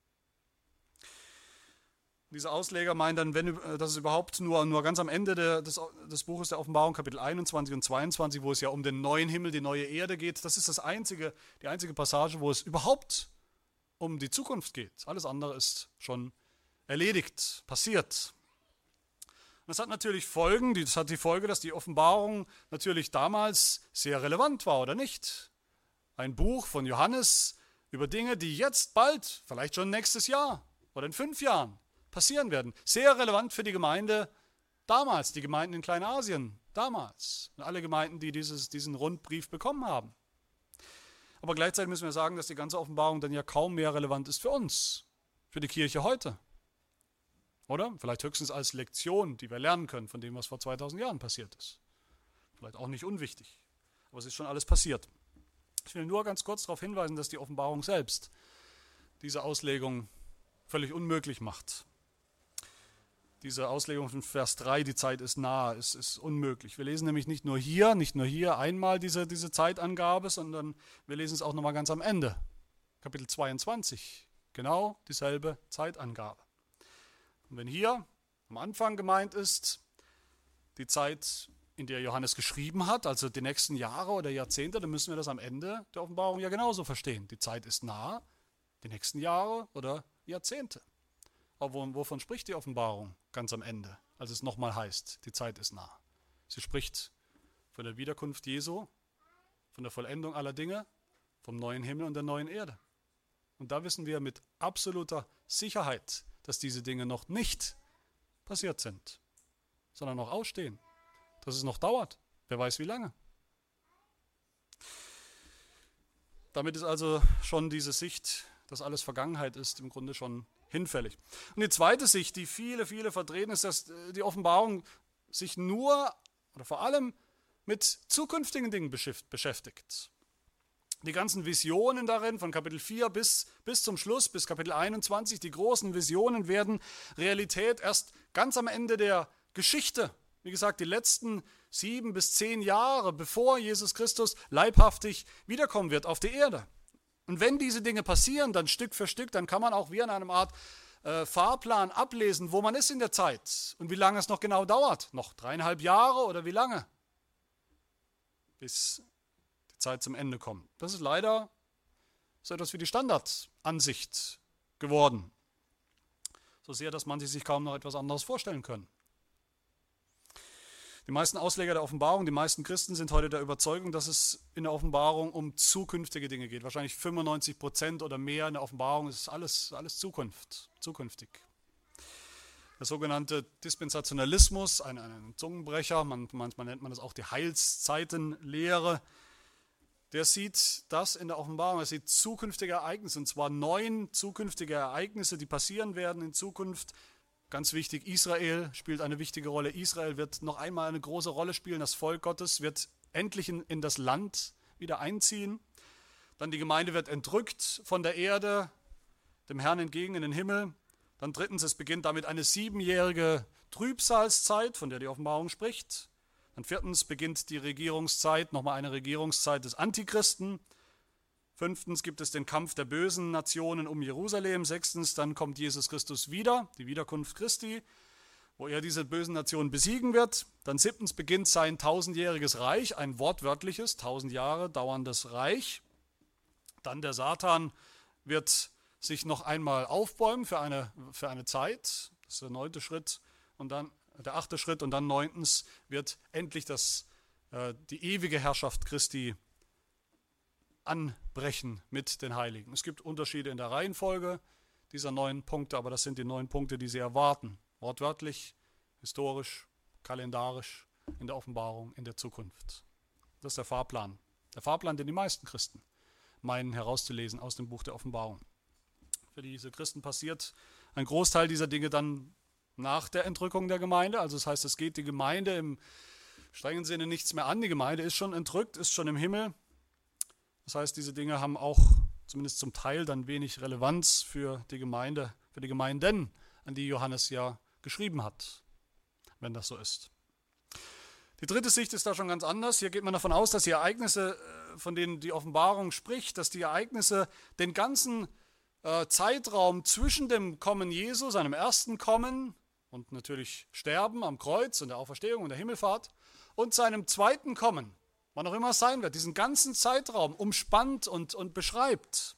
Diese Ausleger meinen dann, wenn, dass es überhaupt nur, nur ganz am Ende der, des, des Buches der Offenbarung, Kapitel einundzwanzig und zweiundzwanzig, wo es ja um den neuen Himmel, die neue Erde geht, das ist das einzige, die einzige Passage, wo es überhaupt um die Zukunft geht. Alles andere ist schon erledigt, passiert. Das hat natürlich Folgen, das hat die Folge, dass die Offenbarung natürlich damals sehr relevant war, oder nicht? Ein Buch von Johannes über Dinge, die jetzt bald, vielleicht schon nächstes Jahr oder in fünf Jahren passieren werden. Sehr relevant für die Gemeinde damals, die Gemeinden in Kleinasien damals und alle Gemeinden, die dieses, diesen Rundbrief bekommen haben. Aber gleichzeitig müssen wir sagen, dass die ganze Offenbarung dann ja kaum mehr relevant ist für uns, für die Kirche heute. Oder? Vielleicht höchstens als Lektion, die wir lernen können von dem, was vor zweitausend Jahren passiert ist. Vielleicht auch nicht unwichtig, aber es ist schon alles passiert. Ich will nur ganz kurz darauf hinweisen, dass die Offenbarung selbst diese Auslegung völlig unmöglich macht. Diese Auslegung von Vers drei, die Zeit ist nah, ist, ist unmöglich. Wir lesen nämlich nicht nur hier, nicht nur hier einmal diese, diese Zeitangabe, sondern wir lesen es auch nochmal ganz am Ende. Kapitel zweiundzwanzig, genau dieselbe Zeitangabe. Und wenn hier am Anfang gemeint ist, die Zeit, in der Johannes geschrieben hat, also die nächsten Jahre oder Jahrzehnte, dann müssen wir das am Ende der Offenbarung ja genauso verstehen. Die Zeit ist nah, die nächsten Jahre oder Jahrzehnte. Aber wovon spricht die Offenbarung ganz am Ende, als es nochmal heißt, die Zeit ist nah? Sie spricht von der Wiederkunft Jesu, von der Vollendung aller Dinge, vom neuen Himmel und der neuen Erde. Und da wissen wir mit absoluter Sicherheit, dass diese Dinge noch nicht passiert sind, sondern noch ausstehen, dass es noch dauert. Wer weiß wie lange. Damit ist also schon diese Sicht, dass alles Vergangenheit ist, im Grunde schon hinfällig. Und die zweite Sicht, die viele, viele vertreten, ist, dass die Offenbarung sich nur oder vor allem mit zukünftigen Dingen beschäftigt. Die ganzen Visionen darin, von Kapitel vier bis, bis zum Schluss, bis Kapitel einundzwanzig, die großen Visionen werden Realität erst ganz am Ende der Geschichte. Wie gesagt, die letzten sieben bis zehn Jahre, bevor Jesus Christus leibhaftig wiederkommen wird auf die Erde. Und wenn diese Dinge passieren, dann Stück für Stück, dann kann man auch wie an einem Art äh, Fahrplan ablesen, wo man ist in der Zeit und wie lange es noch genau dauert. Noch dreieinhalb Jahre oder wie lange? Bis Zeit zum Ende kommen. Das ist leider so etwas wie die Standardansicht geworden. So sehr, dass manche sich kaum noch etwas anderes vorstellen können. Die meisten Ausleger der Offenbarung, die meisten Christen sind heute der Überzeugung, dass es in der Offenbarung um zukünftige Dinge geht. Wahrscheinlich fünfundneunzig Prozent oder mehr in der Offenbarung ist alles, alles Zukunft, zukünftig. Der sogenannte Dispensationalismus, ein, ein Zungenbrecher, man, manchmal nennt man das auch die Heilszeitenlehre, der sieht das in der Offenbarung, er sieht zukünftige Ereignisse, und zwar neun zukünftige Ereignisse, die passieren werden in Zukunft. Ganz wichtig, Israel spielt eine wichtige Rolle. Israel wird noch einmal eine große Rolle spielen. Das Volk Gottes wird endlich in, in das Land wieder einziehen. Dann die Gemeinde wird entrückt von der Erde, dem Herrn entgegen in den Himmel. Dann drittens, es beginnt damit eine siebenjährige Trübsalzeit, von der die Offenbarung spricht. Dann viertens beginnt die Regierungszeit, nochmal eine Regierungszeit des Antichristen. Fünftens gibt es den Kampf der bösen Nationen um Jerusalem. Sechstens, dann kommt Jesus Christus wieder, die Wiederkunft Christi. wo er diese bösen Nationen besiegen wird. Dann siebtens beginnt sein tausendjähriges Reich, ein wortwörtliches, tausend Jahre dauerndes Reich. Dann der Satan wird sich noch einmal aufbäumen für eine, für eine Zeit. Das ist der neunte Schritt und dann der achte Schritt. Und dann neuntens wird endlich das, äh, die ewige Herrschaft Christi anbrechen mit den Heiligen. Es gibt Unterschiede in der Reihenfolge dieser neun Punkte, aber das sind die neun Punkte, die sie erwarten. Wortwörtlich, historisch, kalendarisch, in der Offenbarung, in der Zukunft. Das ist der Fahrplan. Der Fahrplan, den die meisten Christen meinen herauszulesen aus dem Buch der Offenbarung. Für diese Christen passiert ein Großteil dieser Dinge dann nach der Entrückung der Gemeinde. Also das heißt, es geht die Gemeinde im strengen Sinne nichts mehr an. Die Gemeinde ist schon entrückt, ist schon im Himmel. Das heißt, diese Dinge haben auch zumindest zum Teil dann wenig Relevanz für die Gemeinde, für die Gemeinden, an die Johannes ja geschrieben hat, wenn das so ist. Die dritte Sicht ist da schon ganz anders. Hier geht man davon aus, dass die Ereignisse, von denen die Offenbarung spricht, dass die Ereignisse den ganzen äh, Zeitraum zwischen dem Kommen Jesu, seinem ersten Kommen und natürlich Sterben am Kreuz und der Auferstehung und der Himmelfahrt und seinem zweiten Kommen, wann auch immer es sein wird, diesen ganzen Zeitraum umspannt und, und beschreibt.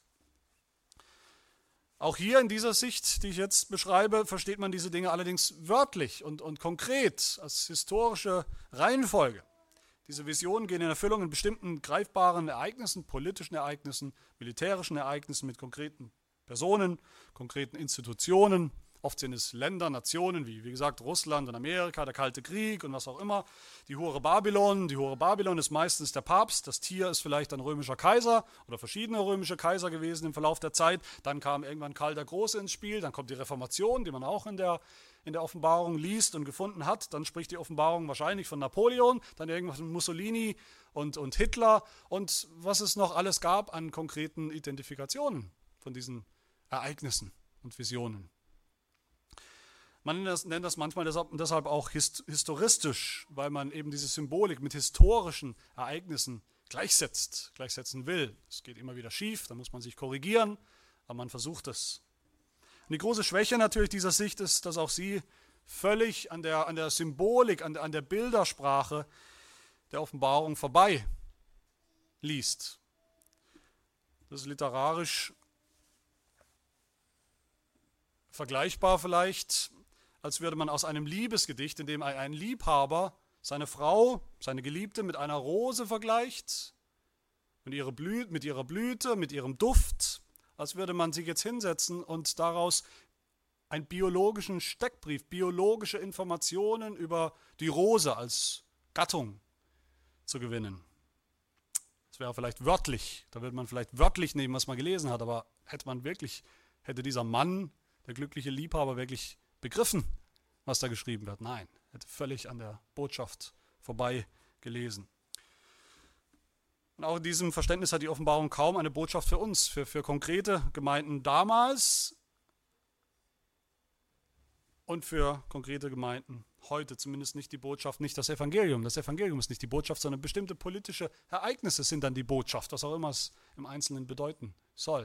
Auch hier in dieser Sicht, die ich jetzt beschreibe, versteht man diese Dinge allerdings wörtlich und, und konkret als historische Reihenfolge. Diese Visionen gehen in Erfüllung in bestimmten greifbaren Ereignissen, politischen Ereignissen, militärischen Ereignissen mit konkreten Personen, konkreten Institutionen. Oft sind es Länder, Nationen, wie, wie gesagt Russland und Amerika, der Kalte Krieg und was auch immer. Die Hure Babylon, die Hure Babylon ist meistens der Papst, das Tier ist vielleicht ein römischer Kaiser oder verschiedene römische Kaiser gewesen im Verlauf der Zeit. Dann kam irgendwann Karl der Große ins Spiel, dann kommt die Reformation, die man auch in der, in der Offenbarung liest und gefunden hat. Dann spricht die Offenbarung wahrscheinlich von Napoleon, dann irgendwann von Mussolini und, und Hitler und was es noch alles gab an konkreten Identifikationen von diesen Ereignissen und Visionen. Man nennt das, nennt das manchmal deshalb, deshalb auch hist, historistisch, weil man eben diese Symbolik mit historischen Ereignissen gleichsetzt, gleichsetzen will. Es geht immer wieder schief, da muss man sich korrigieren, aber man versucht es. Und die große Schwäche natürlich dieser Sicht ist, dass auch sie völlig an der, an der Symbolik, an der, an der Bildersprache der Offenbarung vorbei liest. Das ist literarisch vergleichbar vielleicht, als würde man aus einem Liebesgedicht, in dem ein Liebhaber seine Frau, seine Geliebte mit einer Rose vergleicht, mit ihrer Blüte, mit ihrer Blüte, mit ihrem Duft, als würde man sich jetzt hinsetzen und daraus einen biologischen Steckbrief, biologische Informationen über die Rose als Gattung zu gewinnen. Das wäre vielleicht wörtlich, da würde man vielleicht wörtlich nehmen, was man gelesen hat, aber hätte man wirklich, hätte dieser Mann, der glückliche Liebhaber, wirklich begriffen, was da geschrieben wird? Nein, er hätte völlig an der Botschaft vorbei gelesen. Und auch in diesem Verständnis hat die Offenbarung kaum eine Botschaft für uns, für, für konkrete Gemeinden damals und für konkrete Gemeinden heute. Zumindest nicht die Botschaft, nicht das Evangelium. Das Evangelium ist nicht die Botschaft, sondern bestimmte politische Ereignisse sind dann die Botschaft, was auch immer es im Einzelnen bedeuten soll.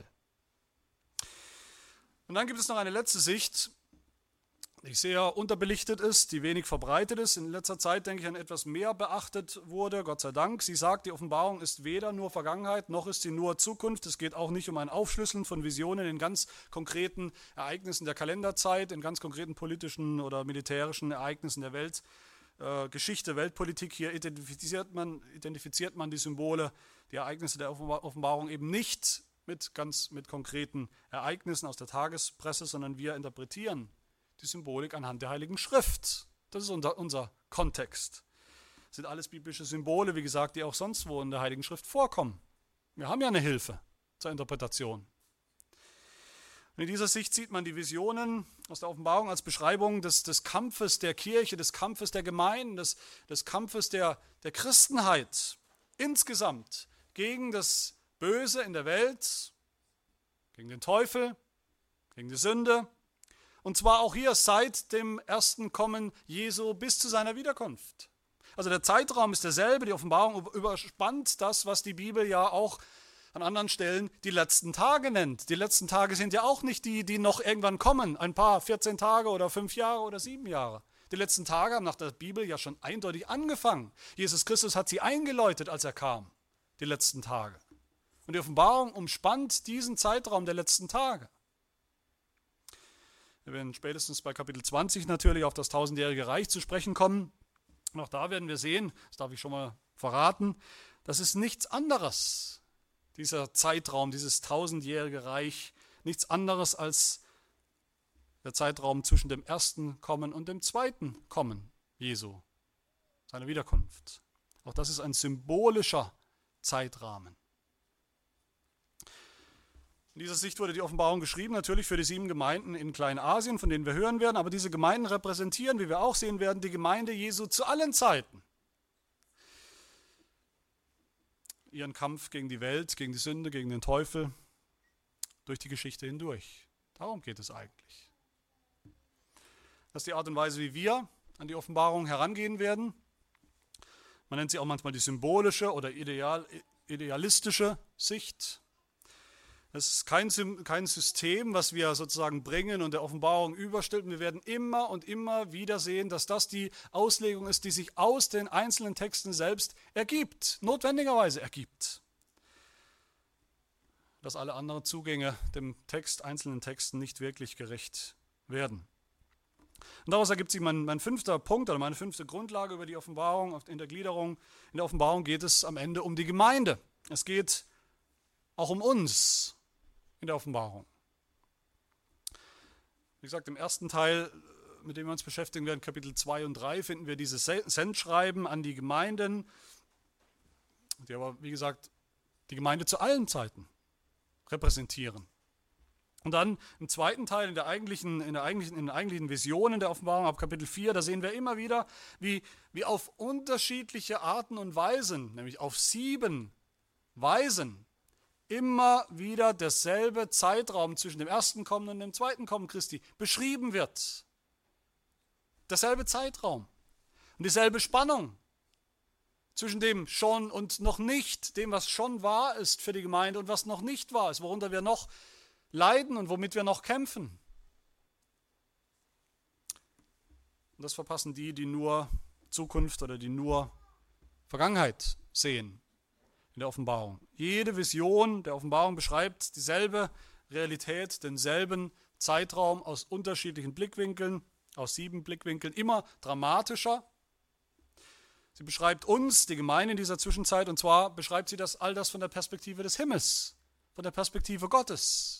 Und dann gibt es noch eine letzte Sicht, die sehr unterbelichtet ist, die wenig verbreitet ist. In letzter Zeit, denke ich, an etwas mehr beachtet wurde, Gott sei Dank. Sie sagt, die Offenbarung ist weder nur Vergangenheit, noch ist sie nur Zukunft. Es geht auch nicht um ein Aufschlüsseln von Visionen in ganz konkreten Ereignissen der Kalenderzeit, in ganz konkreten politischen oder militärischen Ereignissen der Weltgeschichte, äh, Weltpolitik. Hier identifiziert man, identifiziert man die Symbole, die Ereignisse der Offenbarung eben nicht mit ganz mit konkreten Ereignissen aus der Tagespresse, sondern wir interpretieren die Symbolik anhand der Heiligen Schrift. Das ist unser, unser Kontext. Das sind alles biblische Symbole, wie gesagt, die auch sonst wo in der Heiligen Schrift vorkommen. Wir haben ja eine Hilfe zur Interpretation. Und in dieser Sicht sieht man die Visionen aus der Offenbarung als Beschreibung des, des Kampfes der Kirche, des Kampfes der Gemeinden, des, des Kampfes der, der Christenheit insgesamt gegen das Böse in der Welt, gegen den Teufel, gegen die Sünde. Und zwar auch hier seit dem ersten Kommen Jesu bis zu seiner Wiederkunft. Also der Zeitraum ist derselbe, die Offenbarung überspannt das, was die Bibel ja auch an anderen Stellen die letzten Tage nennt. Die letzten Tage sind ja auch nicht die, die noch irgendwann kommen, ein paar, vierzehn Tage oder fünf Jahre oder sieben Jahre. Die letzten Tage haben nach der Bibel ja schon eindeutig angefangen. Jesus Christus hat sie eingeläutet, als er kam, die letzten Tage. Und die Offenbarung umspannt diesen Zeitraum der letzten Tage. Wir werden spätestens bei Kapitel zwanzig natürlich auf das tausendjährige Reich zu sprechen kommen. Und auch da werden wir sehen, das darf ich schon mal verraten, das ist nichts anderes, dieser Zeitraum, dieses tausendjährige Reich, nichts anderes als der Zeitraum zwischen dem ersten Kommen und dem zweiten Kommen Jesu, seiner Wiederkunft. Auch das ist ein symbolischer Zeitrahmen. In dieser Sicht wurde die Offenbarung geschrieben, natürlich für die sieben Gemeinden in Kleinasien, von denen wir hören werden, aber diese Gemeinden repräsentieren, wie wir auch sehen werden, die Gemeinde Jesu zu allen Zeiten. Ihren Kampf gegen die Welt, gegen die Sünde, gegen den Teufel, durch die Geschichte hindurch. Darum geht es eigentlich. Das ist die Art und Weise, wie wir an die Offenbarung herangehen werden. Man nennt sie auch manchmal die symbolische oder ideal, idealistische Sicht. Es ist kein, kein System, was wir sozusagen bringen und der Offenbarung überstülpen. Wir werden immer und immer wieder sehen, dass das die Auslegung ist, die sich aus den einzelnen Texten selbst ergibt, notwendigerweise ergibt. Dass alle anderen Zugänge dem Text, einzelnen Texten nicht wirklich gerecht werden. Und daraus ergibt sich mein, mein fünfter Punkt oder meine fünfte Grundlage über die Offenbarung. In der Gliederung, in der Offenbarung geht es am Ende um die Gemeinde. Es geht auch um uns in der Offenbarung. Wie gesagt, im ersten Teil, mit dem wir uns beschäftigen werden, Kapitel zwei und drei, finden wir dieses Sendschreiben an die Gemeinden, die aber, wie gesagt, die Gemeinde zu allen Zeiten repräsentieren. Und dann im zweiten Teil, in der eigentlichen, in der eigentlichen, in den eigentlichen Visionen der Offenbarung, ab Kapitel vier, da sehen wir immer wieder, wie, wie auf unterschiedliche Arten und Weisen, nämlich auf sieben Weisen, immer wieder derselbe Zeitraum zwischen dem ersten Kommen und dem zweiten Kommen Christi beschrieben wird. Derselbe Zeitraum und dieselbe Spannung zwischen dem schon und noch nicht, dem, was schon wahr ist für die Gemeinde und was noch nicht wahr ist, worunter wir noch leiden und womit wir noch kämpfen. Und das verpassen die, die nur Zukunft oder die nur Vergangenheit sehen. In der Offenbarung. Jede Vision der Offenbarung beschreibt dieselbe Realität, denselben Zeitraum aus unterschiedlichen Blickwinkeln, aus sieben Blickwinkeln, immer dramatischer. Sie beschreibt uns, die Gemeinde in dieser Zwischenzeit, und zwar beschreibt sie das all das von der Perspektive des Himmels, von der Perspektive Gottes.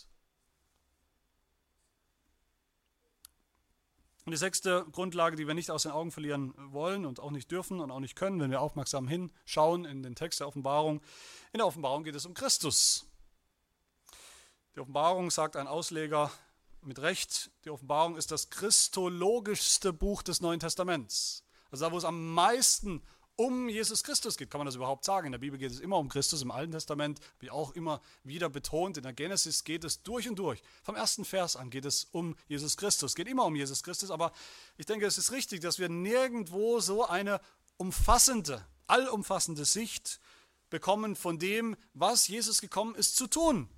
Und die sechste Grundlage, die wir nicht aus den Augen verlieren wollen und auch nicht dürfen und auch nicht können, wenn wir aufmerksam hinschauen in den Text der Offenbarung. In der Offenbarung geht es um Christus. Die Offenbarung, sagt ein Ausleger mit Recht, die Offenbarung ist das christologischste Buch des Neuen Testaments. Also da, wo es am meisten um Jesus Christus geht, kann man das überhaupt sagen. In der Bibel geht es immer um Christus, im Alten Testament, wie auch immer wieder betont, in der Genesis geht es durch und durch. Vom ersten Vers an geht es um Jesus Christus, geht immer um Jesus Christus, aber ich denke, es ist richtig, dass wir nirgendwo so eine umfassende, allumfassende Sicht bekommen von dem, was Jesus gekommen ist zu tun.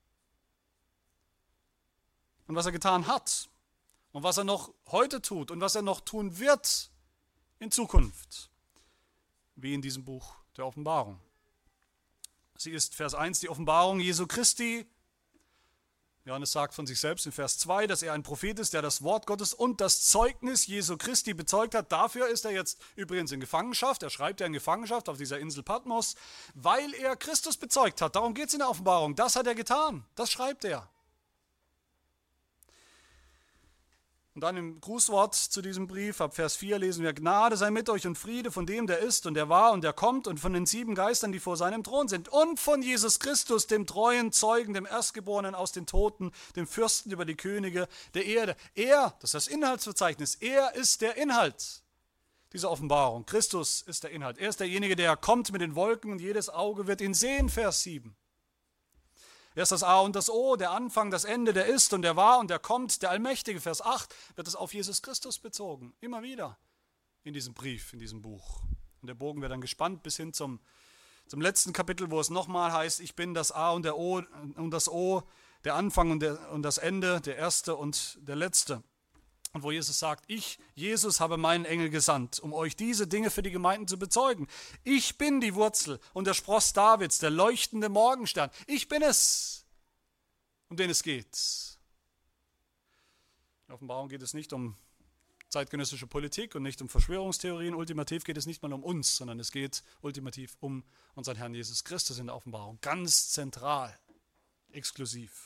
Und was er getan hat und was er noch heute tut und was er noch tun wird in Zukunft. Wie in diesem Buch der Offenbarung. Sie ist, Vers eins, die Offenbarung Jesu Christi. Johannes sagt von sich selbst in Vers zwei, dass er ein Prophet ist, der das Wort Gottes und das Zeugnis Jesu Christi bezeugt hat. Dafür ist er jetzt übrigens in Gefangenschaft. Er schreibt ja in Gefangenschaft auf dieser Insel Patmos, weil er Christus bezeugt hat. Darum geht es in der Offenbarung. Das hat er getan. Das schreibt er. Und dann im Grußwort zu diesem Brief, ab Vers vier, lesen wir: Gnade sei mit euch und Friede von dem, der ist und der war und der kommt, und von den sieben Geistern, die vor seinem Thron sind, und von Jesus Christus, dem treuen Zeugen, dem Erstgeborenen aus den Toten, dem Fürsten über die Könige der Erde. Er, das ist das Inhaltsverzeichnis, er ist der Inhalt dieser Offenbarung. Christus ist der Inhalt. Er ist derjenige, der kommt mit den Wolken und jedes Auge wird ihn sehen, Vers sieben. Er ist das A und das O, der Anfang, das Ende, der ist und der war und der kommt, der Allmächtige. Vers acht wird es auf Jesus Christus bezogen. Immer wieder in diesem Brief, in diesem Buch. Und der Bogen wird dann gespannt bis hin zum, zum letzten Kapitel, wo es nochmal heißt, ich bin das A und der O und das O, der Anfang und, der, und das Ende, der Erste und der Letzte. Und wo Jesus sagt, ich, Jesus, habe meinen Engel gesandt, um euch diese Dinge für die Gemeinden zu bezeugen. Ich bin die Wurzel und der Spross Davids, der leuchtende Morgenstern. Ich bin es, um den es geht. In der Offenbarung geht es nicht um zeitgenössische Politik und nicht um Verschwörungstheorien. Ultimativ geht es nicht mal um uns, sondern es geht ultimativ um unseren Herrn Jesus Christus in der Offenbarung. Ganz zentral, exklusiv.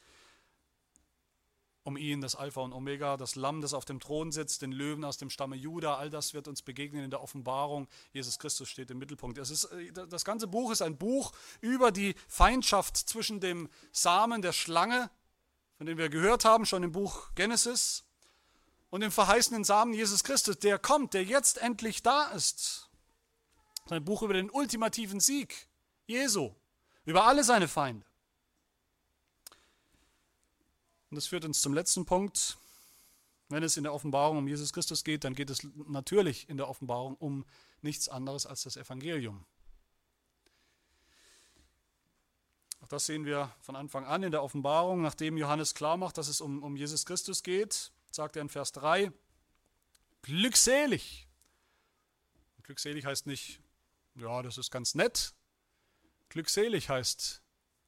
Um ihn, das Alpha und Omega, das Lamm, das auf dem Thron sitzt, den Löwen aus dem Stamme Juda, all das wird uns begegnen in der Offenbarung. Jesus Christus steht im Mittelpunkt. Es ist, das ganze Buch ist ein Buch über die Feindschaft zwischen dem Samen der Schlange, von dem wir gehört haben, schon im Buch Genesis, und dem verheißenen Samen Jesus Christus, der kommt, der jetzt endlich da ist. Es ist ein Buch über den ultimativen Sieg Jesu, über alle seine Feinde. Und das führt uns zum letzten Punkt. Wenn es in der Offenbarung um Jesus Christus geht, dann geht es natürlich in der Offenbarung um nichts anderes als das Evangelium. Auch das sehen wir von Anfang an in der Offenbarung. Nachdem Johannes klar macht, dass es um, um Jesus Christus geht, sagt er in Vers drei, glückselig. Und glückselig heißt nicht, ja, das ist ganz nett. Glückselig heißt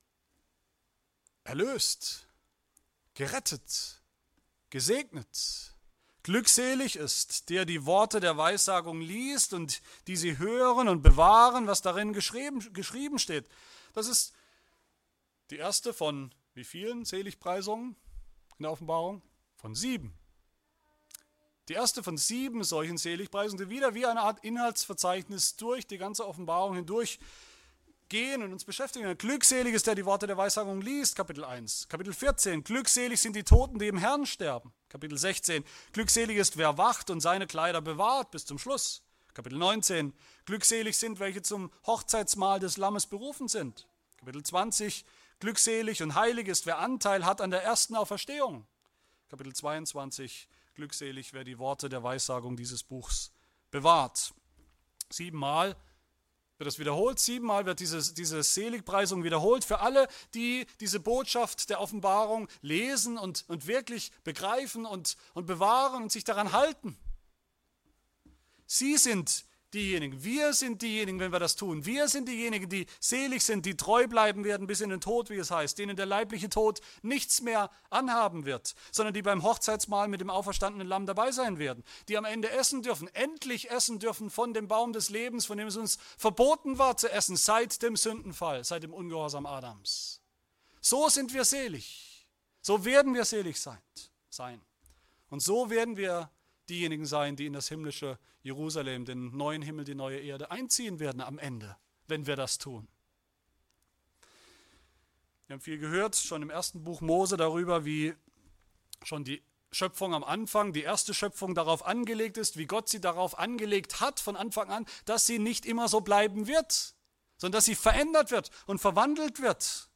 erlöst, gerettet, gesegnet. Glückselig ist, der die Worte der Weissagung liest und die sie hören und bewahren, was darin geschrieben, geschrieben steht. Das ist die erste von wie vielen Seligpreisungen in der Offenbarung? Von sieben. Die erste von sieben solchen Seligpreisungen, die wieder wie eine Art Inhaltsverzeichnis durch die ganze Offenbarung hindurch gehen und uns beschäftigen. Glückselig ist, der die Worte der Weissagung liest, Kapitel eins. Kapitel vierzehn, glückselig sind die Toten, die im Herrn sterben. Kapitel sechzehn, glückselig ist, wer wacht und seine Kleider bewahrt bis zum Schluss. Kapitel neunzehn, glückselig sind, welche zum Hochzeitsmahl des Lammes berufen sind. Kapitel zwanzig, glückselig und heilig ist, wer Anteil hat an der ersten Auferstehung. Kapitel zweiundzwanzig, glückselig, wer die Worte der Weissagung dieses Buchs bewahrt. Siebenmal wird das wiederholt, siebenmal wird diese, diese Seligpreisung wiederholt für alle, die diese Botschaft der Offenbarung lesen und, und wirklich begreifen und, und bewahren und sich daran halten. Sie sind diejenigen, wir sind diejenigen, wenn wir das tun. Wir sind diejenigen, die selig sind, die treu bleiben werden bis in den Tod, wie es heißt, denen der leibliche Tod nichts mehr anhaben wird, sondern die beim Hochzeitsmahl mit dem auferstandenen Lamm dabei sein werden, die am Ende essen dürfen, endlich essen dürfen von dem Baum des Lebens, von dem es uns verboten war zu essen, seit dem Sündenfall, seit dem Ungehorsam Adams. So sind wir selig, so werden wir selig sein. Und so werden wir diejenigen sein, die in das himmlische Jerusalem, den neuen Himmel, die neue Erde einziehen werden am Ende, wenn wir das tun. Wir haben viel gehört, schon im ersten Buch Mose darüber, wie schon die Schöpfung am Anfang, die erste Schöpfung darauf angelegt ist, wie Gott sie darauf angelegt hat von Anfang an, dass sie nicht immer so bleiben wird, sondern dass sie verändert wird und verwandelt wird.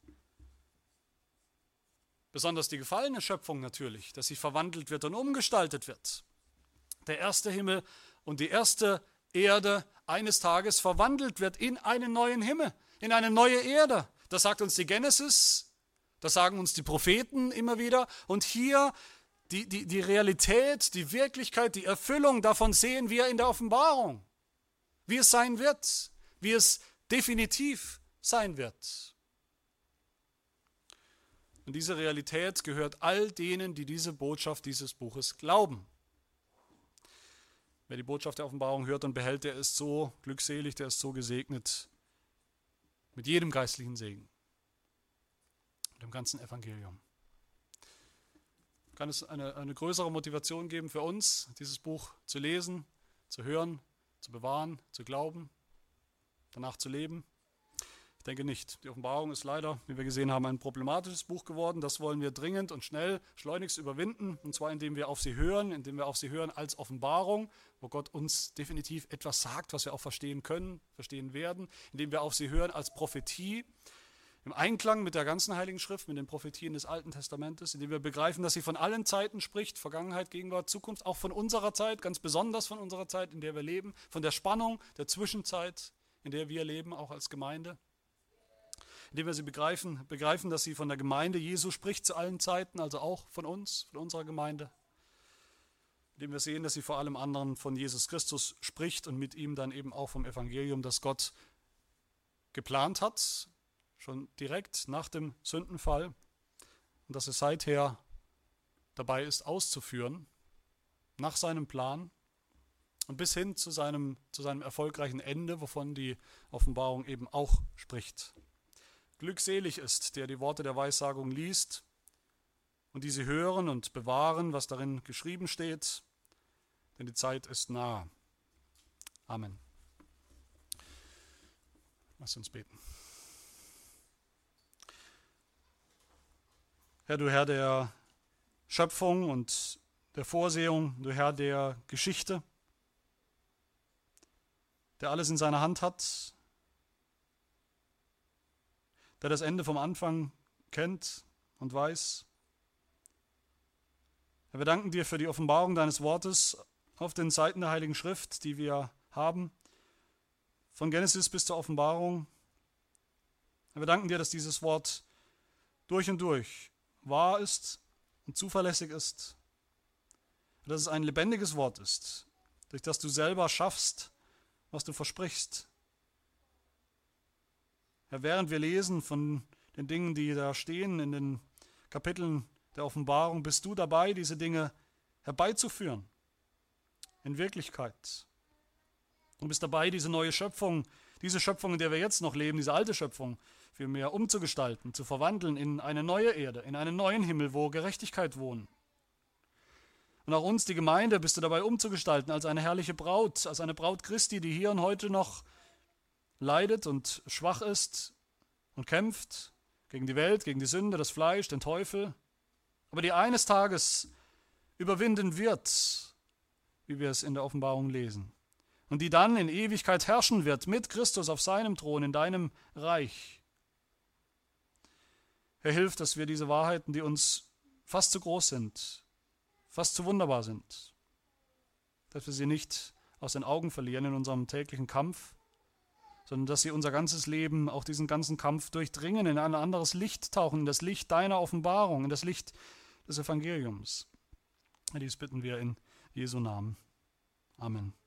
Besonders die gefallene Schöpfung natürlich, dass sie verwandelt wird und umgestaltet wird. Der erste Himmel und die erste Erde eines Tages verwandelt wird in einen neuen Himmel, in eine neue Erde. Das sagt uns die Genesis, das sagen uns die Propheten immer wieder. Und hier die, die, die Realität, die Wirklichkeit, die Erfüllung davon sehen wir in der Offenbarung. Wie es sein wird, wie es definitiv sein wird. Und diese Realität gehört all denen, die diese Botschaft dieses Buches glauben. Wer die Botschaft der Offenbarung hört und behält, der ist so glückselig, der ist so gesegnet mit jedem geistlichen Segen und dem ganzen Evangelium. Kann es eine, eine größere Motivation geben für uns, dieses Buch zu lesen, zu hören, zu bewahren, zu glauben, danach zu leben? Ich denke nicht. Die Offenbarung ist leider, wie wir gesehen haben, ein problematisches Buch geworden. Das wollen wir dringend und schnell, schleunigst überwinden. Und zwar, indem wir auf sie hören, indem wir auf sie hören als Offenbarung, wo Gott uns definitiv etwas sagt, was wir auch verstehen können, verstehen werden. Indem wir auf sie hören als Prophetie, im Einklang mit der ganzen Heiligen Schrift, mit den Prophetien des Alten Testamentes. Indem wir begreifen, dass sie von allen Zeiten spricht, Vergangenheit, Gegenwart, Zukunft, auch von unserer Zeit, ganz besonders von unserer Zeit, in der wir leben, von der Spannung der Zwischenzeit, in der wir leben, auch als Gemeinde. Indem wir sie begreifen, begreifen, dass sie von der Gemeinde Jesu spricht zu allen Zeiten, also auch von uns, von unserer Gemeinde. indem wir sehen, dass sie vor allem anderen von Jesus Christus spricht und mit ihm dann eben auch vom Evangelium, das Gott geplant hat, schon direkt nach dem Sündenfall und dass er seither dabei ist auszuführen, nach seinem Plan und bis hin zu seinem, zu seinem erfolgreichen Ende, wovon die Offenbarung eben auch spricht. Glückselig ist, der die Worte der Weissagung liest und die sie hören und bewahren, was darin geschrieben steht, denn die Zeit ist nah. Amen. Lass uns beten. Herr, du Herr der Schöpfung und der Vorsehung, du Herr der Geschichte, der alles in seiner Hand hat, der das Ende vom Anfang kennt und weiß. Herr, wir danken dir für die Offenbarung deines Wortes auf den Seiten der Heiligen Schrift, die wir haben, von Genesis bis zur Offenbarung. Herr, wir danken dir, dass dieses Wort durch und durch wahr ist und zuverlässig ist, dass es ein lebendiges Wort ist, durch das du selber schaffst, was du versprichst. Herr, während wir lesen von den Dingen, die da stehen in den Kapiteln der Offenbarung, bist du dabei, diese Dinge herbeizuführen in Wirklichkeit. Du bist dabei, diese neue Schöpfung, diese Schöpfung, in der wir jetzt noch leben, diese alte Schöpfung, vielmehr umzugestalten, zu verwandeln in eine neue Erde, in einen neuen Himmel, wo Gerechtigkeit wohnt. Und auch uns, die Gemeinde, bist du dabei umzugestalten als eine herrliche Braut, als eine Braut Christi, die hier und heute noch leidet und schwach ist und kämpft gegen die Welt, gegen die Sünde, das Fleisch, den Teufel, aber die eines Tages überwinden wird, wie wir es in der Offenbarung lesen, und die dann in Ewigkeit herrschen wird mit Christus auf seinem Thron, in deinem Reich. Herr, hilf, dass wir diese Wahrheiten, die uns fast zu groß sind, fast zu wunderbar sind, dass wir sie nicht aus den Augen verlieren in unserem täglichen Kampf, sondern dass sie unser ganzes Leben, auch diesen ganzen Kampf durchdringen, in ein anderes Licht tauchen, in das Licht deiner Offenbarung, in das Licht des Evangeliums. Dies bitten wir in Jesu Namen. Amen.